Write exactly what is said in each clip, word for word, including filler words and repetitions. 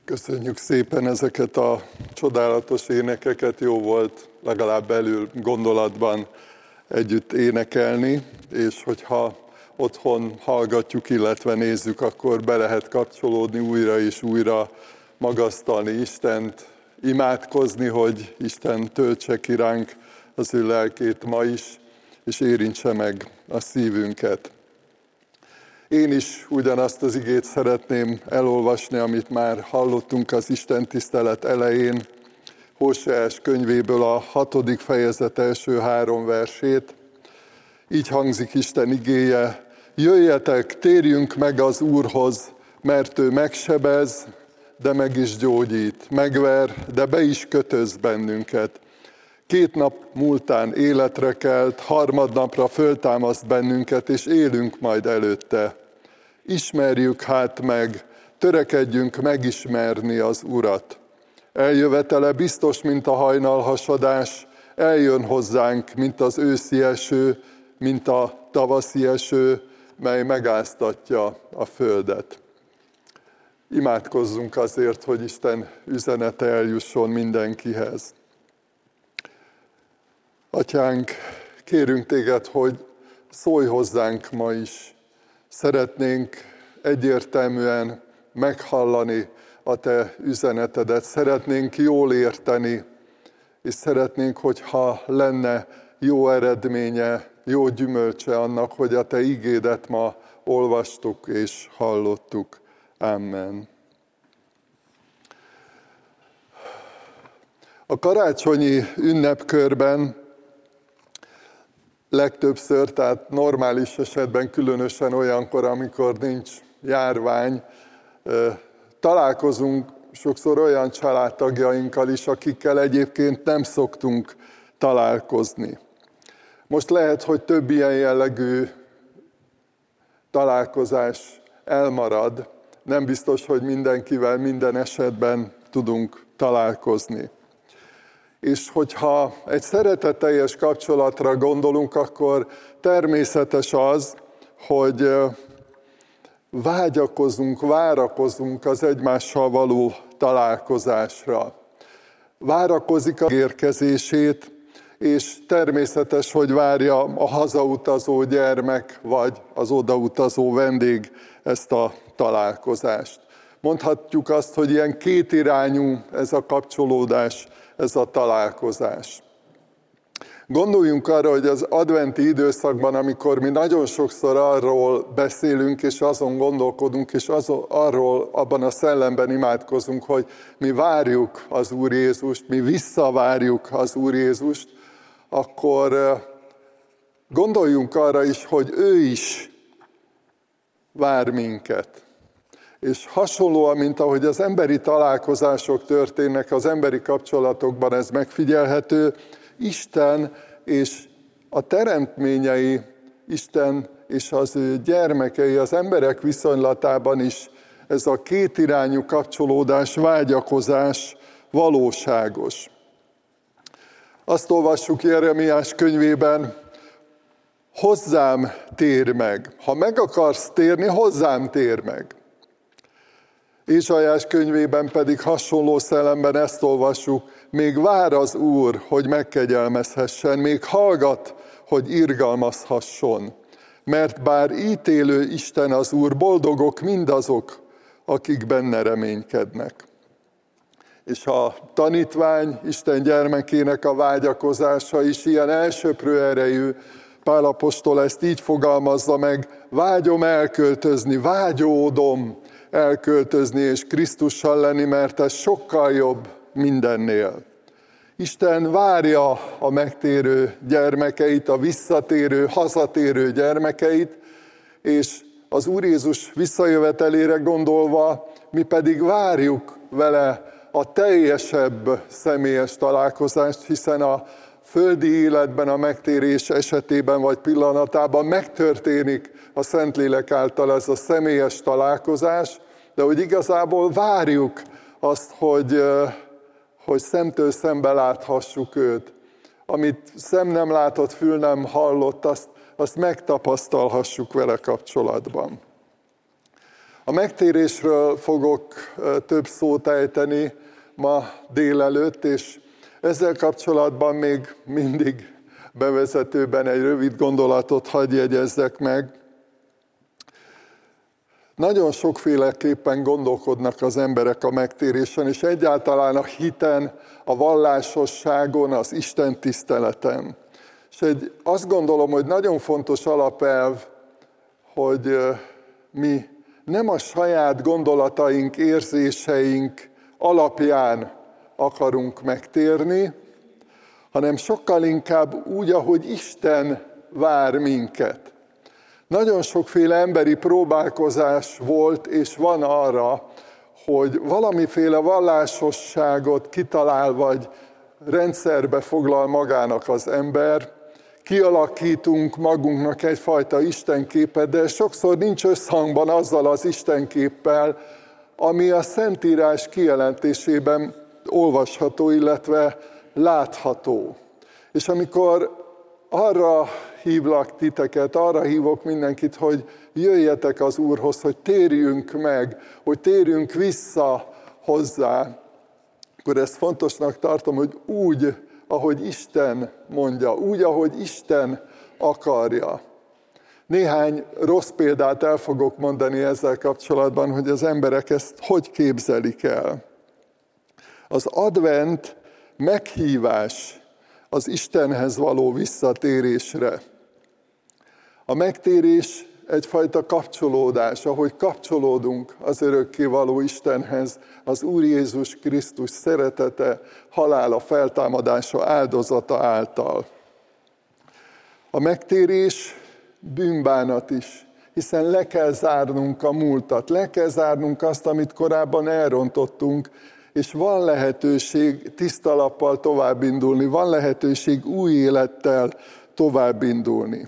Köszönjük szépen ezeket a csodálatos énekeket, jó volt legalább belül gondolatban együtt énekelni, és hogyha otthon hallgatjuk, illetve nézzük, akkor be lehet kapcsolódni újra és újra, magasztalni Istent, imádkozni, hogy Isten töltse ki ránk az ő lelkét ma is, és érintse meg a szívünket. Én is ugyanazt az igét szeretném elolvasni, amit már hallottunk az Isten tisztelet elején, Hóseás könyvéből a hatodik fejezet első három versét. Így hangzik Isten igéje: jöjjetek, térjünk meg az Úrhoz, mert ő megsebez, de meg is gyógyít, megver, de be is kötöz bennünket. Két nap múltán életre kelt, harmadnapra föltámaszt bennünket, és élünk majd előtte. Ismerjük hát meg, törekedjünk megismerni az Urat. Eljövetele biztos, mint a hajnalhasadás, eljön hozzánk, mint az őszi eső, mint a tavaszi eső, mely megáztatja a földet. Imádkozzunk azért, hogy Isten üzenete eljusson mindenkihez. Atyánk, kérünk téged, hogy szólj hozzánk ma is. Szeretnénk egyértelműen meghallani a te üzenetedet, szeretnénk jól érteni, és szeretnénk, hogyha lenne jó eredménye, jó gyümölcse annak, hogy a te igédet ma olvastuk és hallottuk. Amen. A karácsonyi ünnepkörben legtöbbször, tehát normális esetben, különösen olyankor, amikor nincs járvány, találkozunk sokszor olyan családtagjainkkal is, akikkel egyébként nem szoktunk találkozni. Most lehet, hogy több ilyen jellegű találkozás elmarad, nem biztos, hogy mindenkivel minden esetben tudunk találkozni. És hogyha egy szeretetteljes kapcsolatra gondolunk, akkor természetes az, hogy vágyakozunk, várakozunk az egymással való találkozásra. Várakozik az érkezését, és természetes, hogy várja a hazautazó gyermek, vagy az odautazó vendég ezt a találkozást. Mondhatjuk azt, hogy ilyen kétirányú ez a kapcsolódás, ez a találkozás. Gondoljunk arra, hogy az adventi időszakban, amikor mi nagyon sokszor arról beszélünk, és azon gondolkodunk, és azon, arról abban a szellemben imádkozunk, hogy mi várjuk az Úr Jézust, mi visszavárjuk az Úr Jézust, akkor gondoljunk arra is, hogy ő is vár minket. És hasonlóan, mint ahogy az emberi találkozások történnek, az emberi kapcsolatokban ez megfigyelhető, Isten és a teremtményei, Isten és az ő gyermekei, az emberek viszonylatában is ez a kétirányú kapcsolódás, vágyakozás valóságos. Azt olvassuk Jeremiás könyvében: hozzám tér meg. Ha meg akarsz térni, hozzám tér meg. Ézsaiás könyvében pedig hasonló szellemben ezt olvassuk: még vár az Úr, hogy megkegyelmezhessen, még hallgat, hogy irgalmazhasson. Mert bár ítélő Isten az Úr, boldogok mindazok, akik benne reménykednek. És a tanítvány, Isten gyermekének a vágyakozása is ilyen elsöprő erejű. Pál apostol ezt így fogalmazza meg: vágyom elköltözni, vágyódom elköltözni és Krisztussal lenni, mert ez sokkal jobb mindennél. Isten várja a megtérő gyermekeit, a visszatérő, hazatérő gyermekeit, és az Úr Jézus visszajövetelére gondolva, mi pedig várjuk vele a teljesebb személyes találkozást, hiszen a földi életben, a megtérés esetében vagy pillanatában megtörténik a Szentlélek által ez a személyes találkozás, de hogy igazából várjuk azt, hogy, hogy szemtől szembe láthassuk őt. Amit szem nem látott, fül nem hallott, azt, azt megtapasztalhassuk vele kapcsolatban. A megtérésről fogok több szót ejteni ma délelőtt, és ezzel kapcsolatban még mindig bevezetőben egy rövid gondolatot hadd jegyezzek meg. Nagyon sokféleképpen gondolkodnak az emberek a megtérésen, és egyáltalán a hiten, a vallásosságon, az Isten tiszteleten. És egy, azt gondolom, hogy nagyon fontos alapelv, hogy mi nem a saját gondolataink, érzéseink alapján akarunk megtérni, hanem sokkal inkább úgy, ahogy Isten vár minket. Nagyon sokféle emberi próbálkozás volt és van arra, hogy valamiféle vallásosságot kitalál, vagy rendszerbe foglal magának az ember, kialakítunk magunknak egyfajta istenképet, de sokszor nincs összhangban azzal az istenképpel, ami a Szentírás kijelentésében olvasható, illetve látható. És amikor arra hívlak titeket, arra hívok mindenkit, hogy jöjjetek az Úrhoz, hogy térjünk meg, hogy térjünk vissza hozzá, akkor ezt fontosnak tartom, hogy úgy, ahogy Isten mondja, úgy, ahogy Isten akarja. Néhány rossz példát el fogok mondani ezzel kapcsolatban, hogy az emberek ezt hogy képzelik el. Az advent meghívás az Istenhez való visszatérésre. A megtérés egyfajta kapcsolódás, ahogy kapcsolódunk az örökkévaló Istenhez, az Úr Jézus Krisztus szeretete, halála, feltámadása, áldozata által. A megtérés bűnbánat is, hiszen le kell zárnunk a múltat, le kell zárnunk azt, amit korábban elrontottunk, és van lehetőség tiszta lappal továbbindulni, van lehetőség új élettel továbbindulni.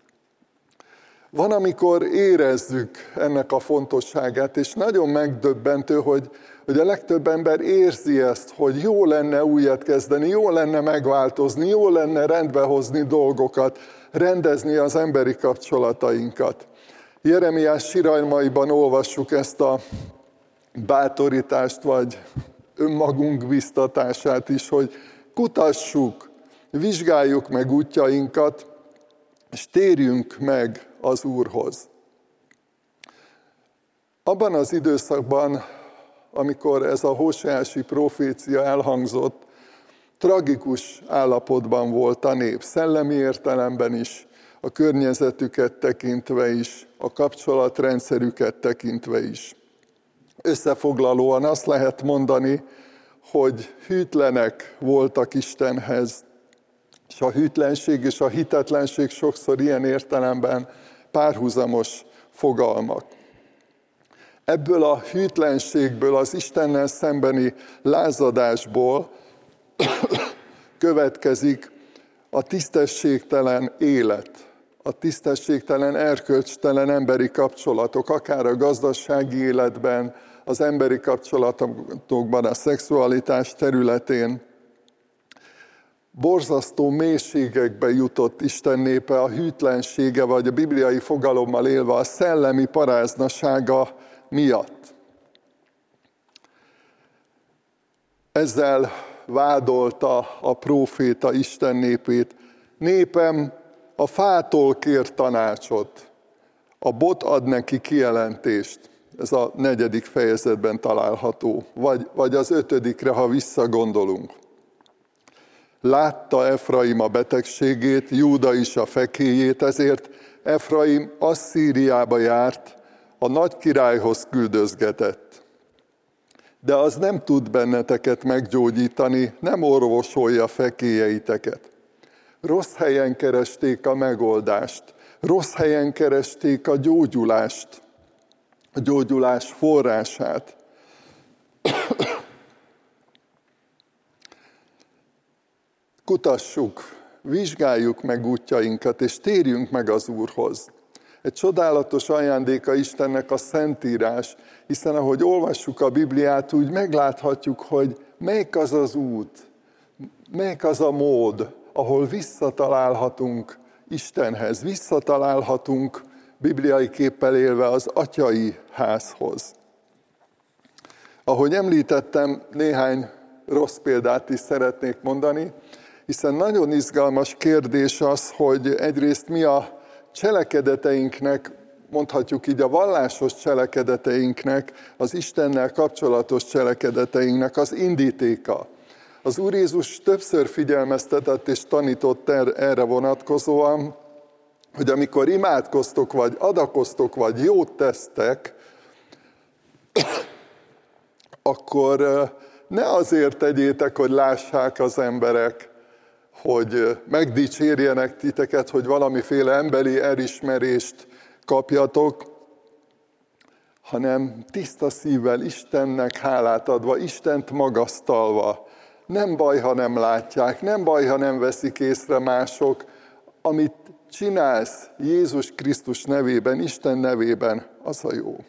Van, amikor érezzük ennek a fontosságát, és nagyon megdöbbentő, hogy, hogy a legtöbb ember érzi ezt, hogy jó lenne újat kezdeni, jó lenne megváltozni, jó lenne rendbehozni dolgokat, rendezni az emberi kapcsolatainkat. Jeremiás siralmaiban olvassuk ezt a bátorítást, vagy önmagunk biztatását is, hogy kutassuk, vizsgáljuk meg útjainkat, és térjünk meg az Úrhoz. Abban az időszakban, amikor ez a hóseási profécia elhangzott, tragikus állapotban volt a nép, szellemi értelemben is, a környezetüket tekintve is, a kapcsolatrendszerüket tekintve is. Összefoglalóan azt lehet mondani, hogy hűtlenek voltak Istenhez, és a hűtlenség és a hitetlenség sokszor ilyen értelemben párhuzamos fogalmak. Ebből a hűtlenségből, az Istennel szembeni lázadásból következik a tisztességtelen élet, a tisztességtelen, erkölcstelen emberi kapcsolatok, akár a gazdasági életben, az emberi kapcsolatokban, a szexualitás területén. Borzasztó mélységekbe jutott Isten népe a hűtlensége, vagy a bibliai fogalommal élve a szellemi paráznasága miatt. Ezzel vádolta a próféta Isten népét. Népem a fától kér tanácsot, a bot ad neki kijelentést. Ez a negyedik fejezetben található, vagy, vagy az ötödikre, ha visszagondolunk. Látta Efraim a betegségét, Júda is a fekélyét, ezért Efraim Asszíriába járt, a nagy királyhoz küldözgetett. De az nem tud benneteket meggyógyítani, nem orvosolja fekélyeiteket. Rossz helyen keresték a megoldást, rossz helyen keresték a gyógyulást, a gyógyulás forrását. Kutassuk, vizsgáljuk meg útjainkat, és térjünk meg az Úrhoz. Egy csodálatos ajándéka Istennek a Szentírás, hiszen ahogy olvassuk a Bibliát, úgy megláthatjuk, hogy melyik az az út, melyik az a mód, ahol visszatalálhatunk Istenhez, visszatalálhatunk bibliai képpel élve az atyai házhoz. Ahogy említettem, néhány rossz példát is szeretnék mondani, hiszen nagyon izgalmas kérdés az, hogy egyrészt mi a cselekedeteinknek, mondhatjuk így a vallásos cselekedeteinknek, az Istennel kapcsolatos cselekedeteinknek az indítéka. Az Úr Jézus többször figyelmeztetett és tanított erre vonatkozóan, hogy amikor imádkoztok, vagy adakoztok, vagy jót tesztek, akkor ne azért tegyétek, hogy lássák az emberek, hogy megdicsérjenek titeket, hogy valamiféle emberi elismerést kapjatok, hanem tiszta szívvel, Istennek hálát adva, Istent magasztalva. Nem baj, ha nem látják, nem baj, ha nem veszik észre mások, amit csinálsz Jézus Krisztus nevében, Isten nevében, az a jó.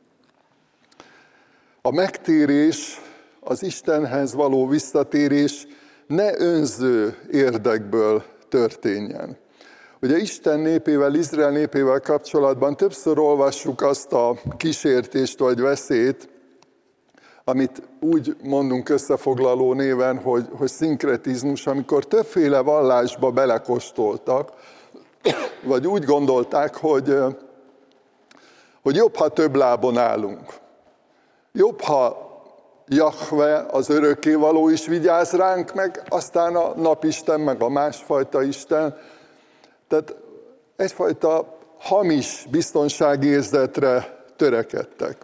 A megtérés, az Istenhez való visszatérés ne önző érdekből történjen. Ugye Isten népével, Izrael népével kapcsolatban többször olvassuk azt a kísértést vagy veszélyt, amit úgy mondunk összefoglaló néven, hogy, hogy szinkretizmus, amikor többféle vallásba belekóstoltak, vagy úgy gondolták, hogy, hogy jobb, ha több lábon állunk. Jobb, ha Jahve, az örökkévaló is vigyáz ránk, meg aztán a napisten, meg a másfajta Isten. Tehát egyfajta hamis biztonságérzetre törekedtek.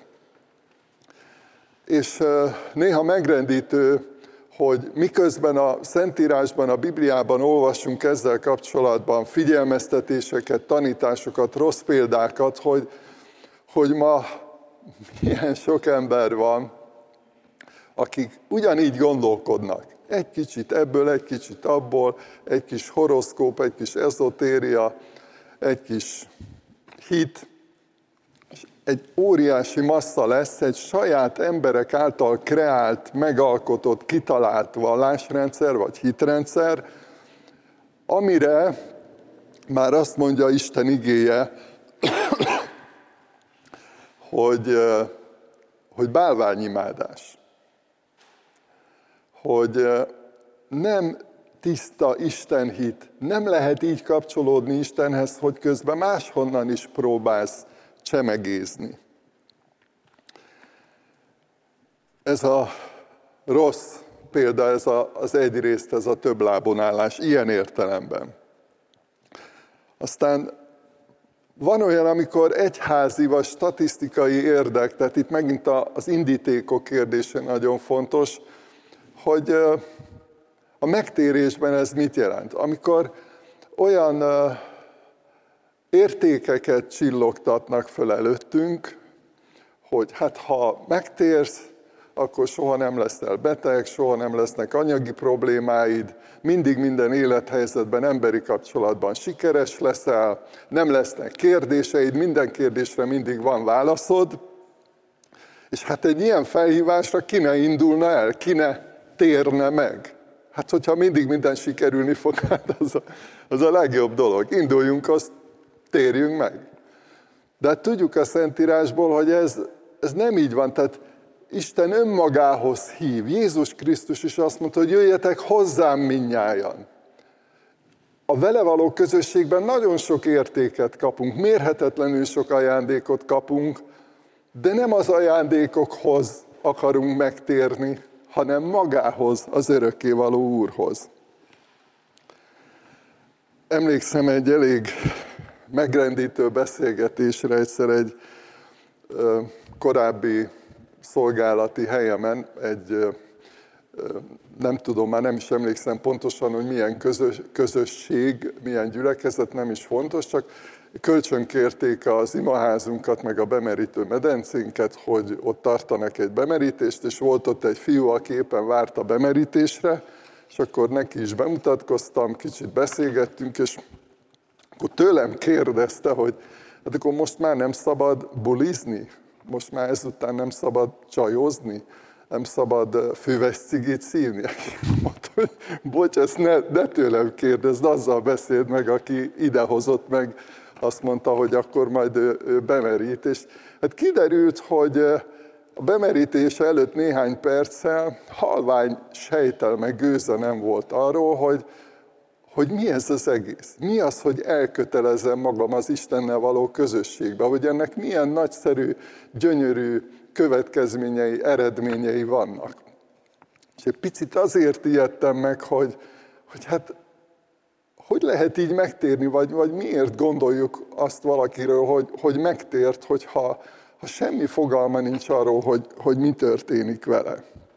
És néha megrendítő, hogy miközben a Szentírásban, a Bibliában olvassunk ezzel kapcsolatban figyelmeztetéseket, tanításokat, rossz példákat, hogy, hogy ma milyen sok ember van, akik ugyanígy gondolkodnak. Egy kicsit ebből, egy kicsit abból, egy kis horoszkóp, egy kis ezotéria, egy kis hit, és egy óriási massza lesz, egy saját emberek által kreált, megalkotott, kitalált vallásrendszer, vagy hitrendszer, amire már azt mondja Isten igéje, hogy, hogy bálványimádás. Hogy nem tiszta Istenhit, nem lehet így kapcsolódni Istenhez, hogy közben máshonnan is próbálsz csemegézni. Ez a rossz példa, ez a, az egyrészt, ez a több lábon állás, ilyen értelemben. Aztán van olyan, amikor egyházi vagy statisztikai érdek, tehát itt megint az indítékok kérdése nagyon fontos, hogy a megtérésben ez mit jelent? Amikor olyan értékeket csillogtatnak föl előttünk, hogy hát ha megtérsz, akkor soha nem leszel beteg, soha nem lesznek anyagi problémáid, mindig minden élethelyzetben, emberi kapcsolatban sikeres leszel, nem lesznek kérdéseid, minden kérdésre mindig van válaszod, és hát egy ilyen felhívásra ki ne indulna el, ki ne térne meg. Hát, hogyha mindig minden sikerülni fog, hát az a, az a legjobb dolog. Induljunk, azt térjünk meg. De hát tudjuk a Szentírásból, hogy ez, ez nem így van. Tehát Isten önmagához hív. Jézus Krisztus is azt mondta, hogy jöjjetek hozzám mindnyájan. A vele való közösségben nagyon sok értéket kapunk, mérhetetlenül sok ajándékot kapunk, de nem az ajándékokhoz akarunk megtérni, hanem magához, az örökkévaló Úrhoz. Emlékszem egy elég megrendítő beszélgetésre egyszer egy ö, korábbi szolgálati helyemen, egy, ö, nem tudom, már nem is emlékszem pontosan, hogy milyen közös, közösség, milyen gyülekezet, nem is fontos, csak kölcsönkérték az imaházunkat, meg a bemerítő medencénket, hogy ott tartanak egy bemerítést, és volt ott egy fiú, aki éppen várt a bemerítésre, és akkor neki is bemutatkoztam, kicsit beszélgettünk, és akkor tőlem kérdezte, hogy hát akkor most már nem szabad bulizni, most már ezután nem szabad csajozni, nem szabad füves cigit szívni. Mondta, hogy bocs, ezt ne, ne tőlem kérdezd, azzal beszéld meg, aki idehozott meg, azt mondta, hogy akkor majd ő, ő bemerít. És hát kiderült, hogy a bemerítés előtt néhány perccel halvány sejtel meg gőze nem volt arról, hogy, hogy mi ez az egész. Mi az, hogy elkötelezem magam az Istennel való közösségbe, hogy ennek milyen nagyszerű, gyönyörű következményei, eredményei vannak. És egy picit azért ijedtem meg, hogy, hogy hát hogy lehet így megtérni, vagy, vagy miért gondoljuk azt valakiről, hogy, hogy megtért, hogyha ha semmi fogalma nincs arról, hogy, hogy mi történik vele.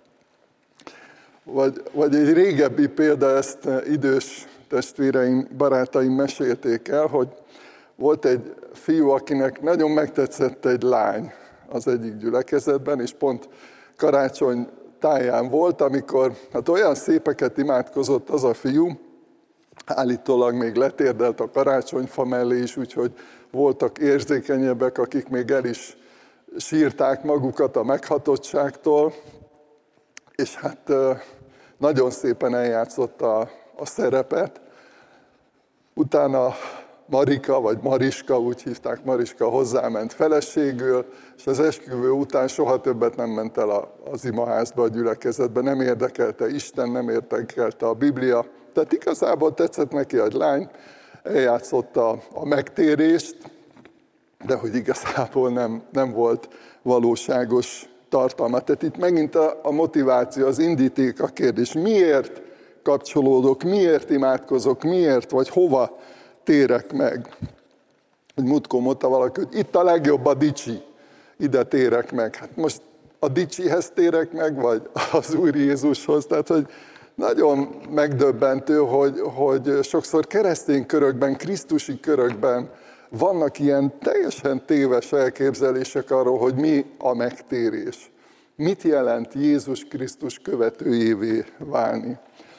Vagy, vagy egy régebbi példa, ezt idős testvéreim, barátaim mesélték el, hogy volt egy fiú, akinek nagyon megtetszett egy lány az egyik gyülekezetben, és pont karácsony táján volt, amikor hát olyan szépeket imádkozott az a fiú, állítólag még letérdelt a karácsonyfa mellé is, úgyhogy voltak érzékenyebbek, akik még el is sírták magukat a meghatottságtól, és hát nagyon szépen eljátszotta a, a szerepet. Utána Marika, vagy Mariska, úgy hívták, Mariska hozzáment feleségül, és az esküvő után soha többet nem ment el az imaházba, a gyülekezetbe, nem érdekelte Isten, nem érdekelte a Biblia. Tehát igazából tetszett neki a lány, eljátszotta a megtérést, de hogy igazából nem, nem volt valóságos tartalma. Tehát itt megint a, a motiváció, az indíték a kérdés. Miért kapcsolódok, miért imádkozok, miért, vagy hova térek meg? Hogy múltkor mondta valaki, hogy itt a legjobb a dicsi, ide térek meg. Hát most a dicsihez térek meg, vagy az Úr Jézushoz? Tehát, hogy nagyon megdöbbentő, hogy, hogy sokszor keresztény körökben, krisztusi körökben vannak ilyen teljesen téves elképzelések arról, hogy mi a megtérés. Mit jelent Jézus Krisztus követőjévé válni?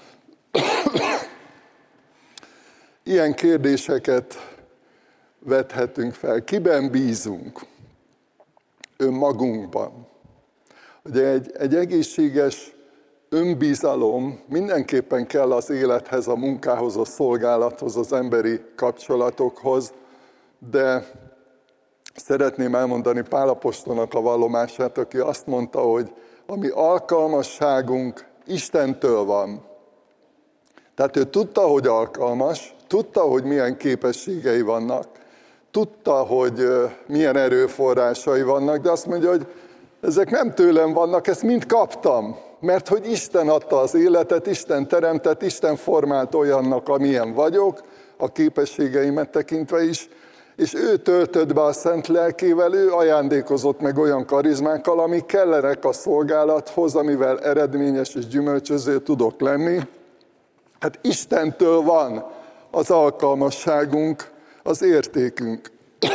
Ilyen kérdéseket vethetünk fel. Kiben bízunk? Önmagunkban. Ugye egy, egy egészséges önbizalom mindenképpen kell az élethez, a munkához, a szolgálathoz, az emberi kapcsolatokhoz, de szeretném elmondani Pál apostolnak a vallomását, aki azt mondta, hogy a mi alkalmasságunk Istentől van. Tehát ő tudta, hogy alkalmas, tudta, hogy milyen képességei vannak, tudta, hogy milyen erőforrásai vannak, de azt mondja, hogy ezek nem tőlem vannak, ezt mind kaptam. Mert hogy Isten adta az életet, Isten teremtett, Isten formált olyannak, amilyen vagyok, a képességeimet tekintve is, és ő töltött be a szent lelkével, ő ajándékozott meg olyan karizmákkal, amik kellenek a szolgálathoz, amivel eredményes és gyümölcsöző tudok lenni. Hát Istentől van az alkalmasságunk, az értékünk.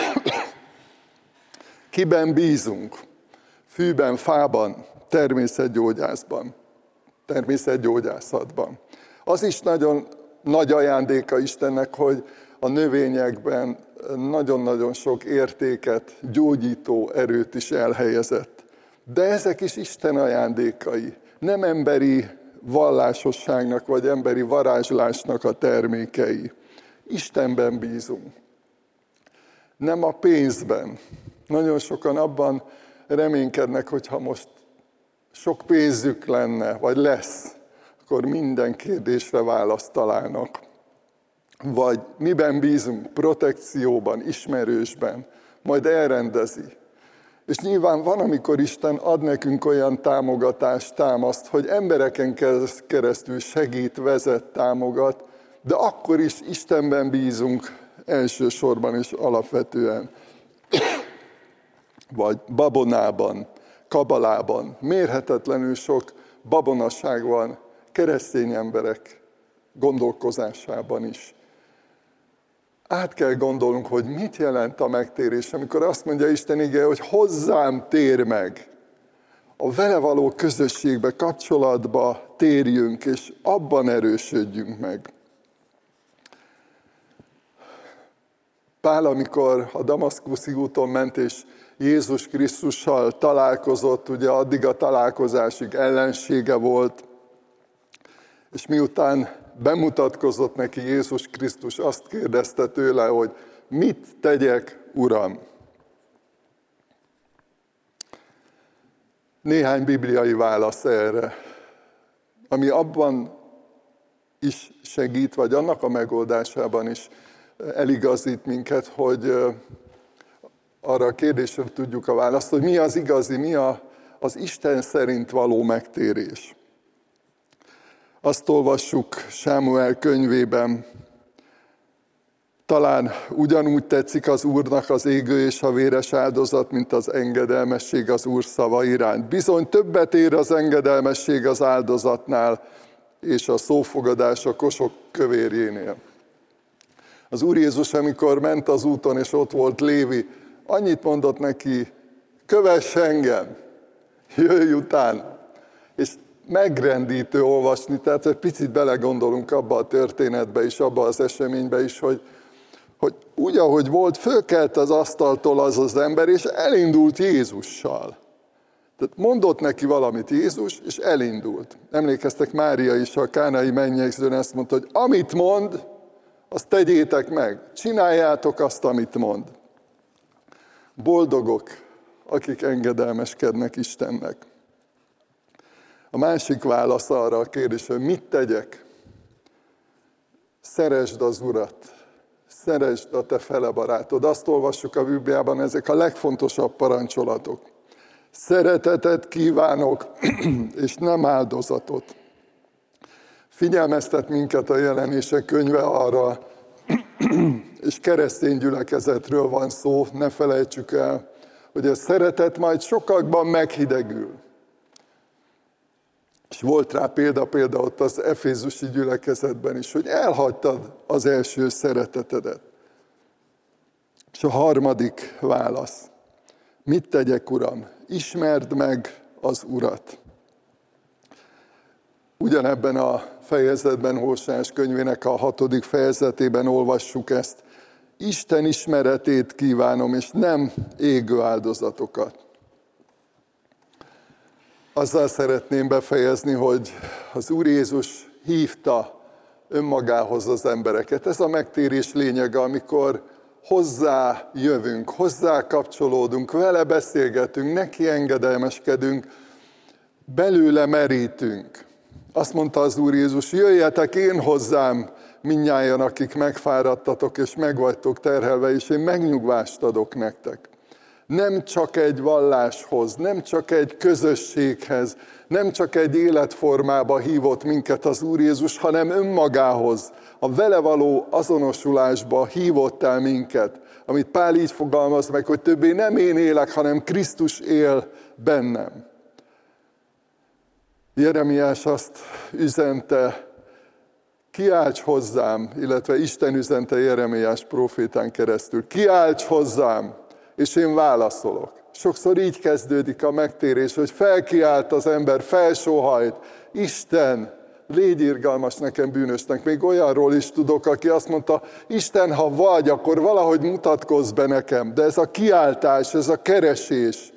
Kiben bízunk? Fűben, fában, természetgyógyászban, természetgyógyászatban. Az is nagyon nagy ajándéka Istennek, hogy a növényekben nagyon-nagyon sok értéket, gyógyító erőt is elhelyezett. De ezek is Isten ajándékai, nem emberi vallásosságnak vagy emberi varázslásnak a termékei. Istenben bízunk. Nem a pénzben. Nagyon sokan abban reménykednek, hogy ha most sok pénzük lenne, vagy lesz, akkor minden kérdésre választ találnak. Vagy miben bízunk? Protekcióban, ismerősben, majd elrendezi. És nyilván van, amikor Isten ad nekünk olyan támogatást, támaszt, hogy embereken keresztül segít, vezet, támogat, de akkor is Istenben bízunk elsősorban és alapvetően. Vagy babonában, kabalában, mérhetetlenül sok babonaság van keresztény emberek gondolkozásában is. Át kell gondolnunk, hogy mit jelent a megtérés, amikor azt mondja Isten igéje, hogy hozzám tér meg. A vele való közösségbe, kapcsolatba térjünk, és abban erősödjünk meg. Pál, amikor a damaszkuszi úton ment, és Jézus Krisztussal találkozott, ugye addig a találkozásig ellensége volt, és miután bemutatkozott neki Jézus Krisztus, azt kérdezte tőle, hogy Mit tegyek, Uram? Néhány bibliai válasz erre, ami abban is segít, vagy annak a megoldásában is eligazít minket, hogy arra a kérdésre tudjuk a választ, hogy mi az igazi, mi a, az Isten szerint való megtérés. Azt olvassuk Sámuel könyvében, talán ugyanúgy tetszik az Úrnak az égő és a véres áldozat, mint az engedelmesség az Úr szava iránt. Bizony többet ér az engedelmesség az áldozatnál, és a szófogadás a kosok kövérjénél. Az Úr Jézus, amikor ment az úton, és ott volt Lévi, annyit mondott neki, kövess engem, jöjj után. És megrendítő olvasni, tehát egy picit belegondolunk abba a történetbe is, abba az eseménybe is, hogy, hogy úgy, ahogy volt, fölkelt az asztaltól az az ember, és elindult Jézussal. Tehát mondott neki valamit Jézus, és elindult. Emlékeztek, Mária is a kánai mennyegzőn ezt mondta, hogy amit mond, azt tegyétek meg. Csináljátok azt, amit mond. Boldogok, akik engedelmeskednek Istennek. A másik válasz arra a kérdésre, hogy mit tegyek? Szeresd az Urat. Szeresd a te fele barátod. Azt olvassuk a Bibliában, ezek a legfontosabb parancsolatok. Szeretetet kívánok, és nem áldozatot. Figyelmeztet minket a Jelenések könyve arra, és keresztény gyülekezetről van szó, ne felejtsük el, hogy a szeretet majd sokakban meghidegül. És volt rá példa, példa ott az efézusi gyülekezetben is, hogy elhagytad az első szeretetedet. És a harmadik válasz. Mit tegyek, Uram? Ismerd meg az Urat. Ugyanebben a fejezetben, Hóseás könyvének a hatodik fejezetében olvassuk ezt. Isten ismeretét kívánom, és nem égő áldozatokat. Azzal szeretném befejezni, hogy az Úr Jézus hívta önmagához az embereket. Ez a megtérés lényege, amikor hozzá jövünk, hozzá kapcsolódunk, vele beszélgetünk, neki engedelmeskedünk, belőle merítünk. Azt mondta az Úr Jézus, jöjjetek én hozzám, mindnyájan, akik megfáradtatok és megvagytok terhelve, és én megnyugvást adok nektek. Nem csak egy valláshoz, nem csak egy közösséghez, nem csak egy életformába hívott minket az Úr Jézus, hanem önmagához, a vele való azonosulásba hívott el minket, amit Pál így fogalmaz meg, hogy többé nem én élek, hanem Krisztus él bennem. Jeremiás azt üzente, kiálts hozzám, illetve Isten üzente Jeremiás prófétán keresztül, kiálts hozzám, és én válaszolok. Sokszor így kezdődik a megtérés, hogy felkiált az ember, felsóhajt, Isten, légy irgalmas nekem bűnösnek. Még olyanról is tudok, aki azt mondta, Isten, ha vagy, akkor valahogy mutatkozz be nekem. De ez a kiáltás, ez a keresés.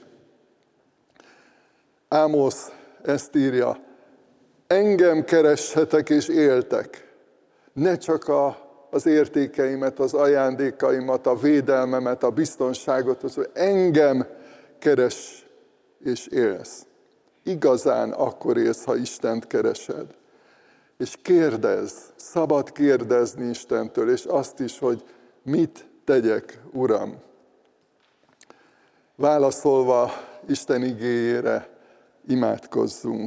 Ámosz ezt írja, engem keressetek és éltek. Ne csak a, az értékeimet, az ajándékaimat, a védelmemet, a biztonságot, hogy engem keres és élsz. Igazán akkor élsz, ha Istent keresed. És kérdezz, szabad kérdezni Istentől, és azt is, hogy mit tegyek, Uram. Válaszolva Isten igéjére, imádkozzunk.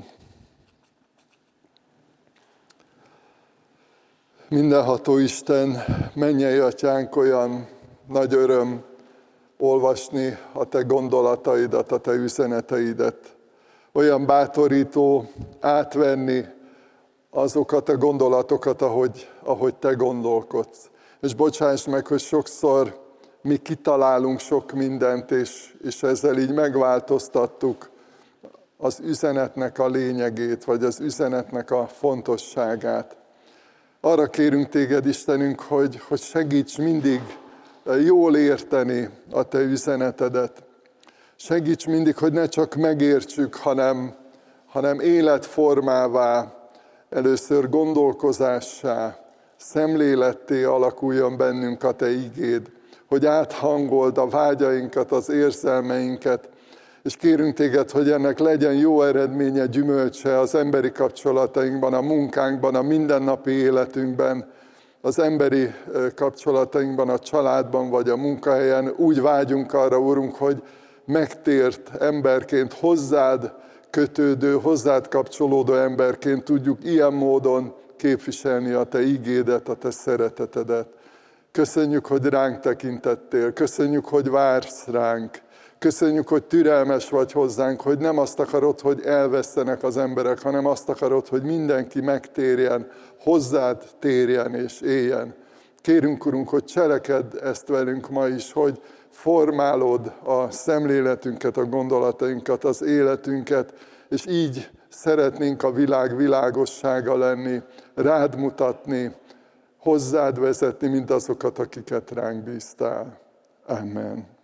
Mindenható Isten, mennyei Atyánk, olyan nagy öröm olvasni a Te gondolataidat, a Te üzeneteidet. Olyan bátorító átvenni azokat a gondolatokat, ahogy, ahogy Te gondolkodsz. És bocsáss meg, hogy sokszor mi kitalálunk sok mindent, és, és ezzel így megváltoztattuk az üzenetnek a lényegét, vagy az üzenetnek a fontosságát. Arra kérünk Téged, Istenünk, hogy, hogy segíts mindig jól érteni a Te üzenetedet. Segíts mindig, hogy ne csak megértsük, hanem, hanem életformává, először gondolkozássá, szemléletté alakuljon bennünk a Te igéd, hogy áthangold a vágyainkat, az érzelmeinket, és kérünk téged, hogy ennek legyen jó eredménye, gyümölcse az emberi kapcsolatainkban, a munkánkban, a mindennapi életünkben, az emberi kapcsolatainkban, a családban vagy a munkahelyen. Úgy vágyunk arra, Urunk, hogy megtért emberként, hozzád kötődő, hozzád kapcsolódó emberként tudjuk ilyen módon képviselni a te igédet, a te szeretetedet. Köszönjük, hogy ránk tekintettél, köszönjük, hogy vársz ránk, köszönjük, hogy türelmes vagy hozzánk, hogy nem azt akarod, hogy elvesztenek az emberek, hanem azt akarod, hogy mindenki megtérjen, hozzád térjen és éljen. Kérünk, Urunk, hogy cselekedd ezt velünk ma is, hogy formálod a szemléletünket, a gondolatainkat, az életünket, és így szeretnénk a világ világossága lenni, rád mutatni, hozzád vezetni mindazokat, akiket ránk bíztál. Amen.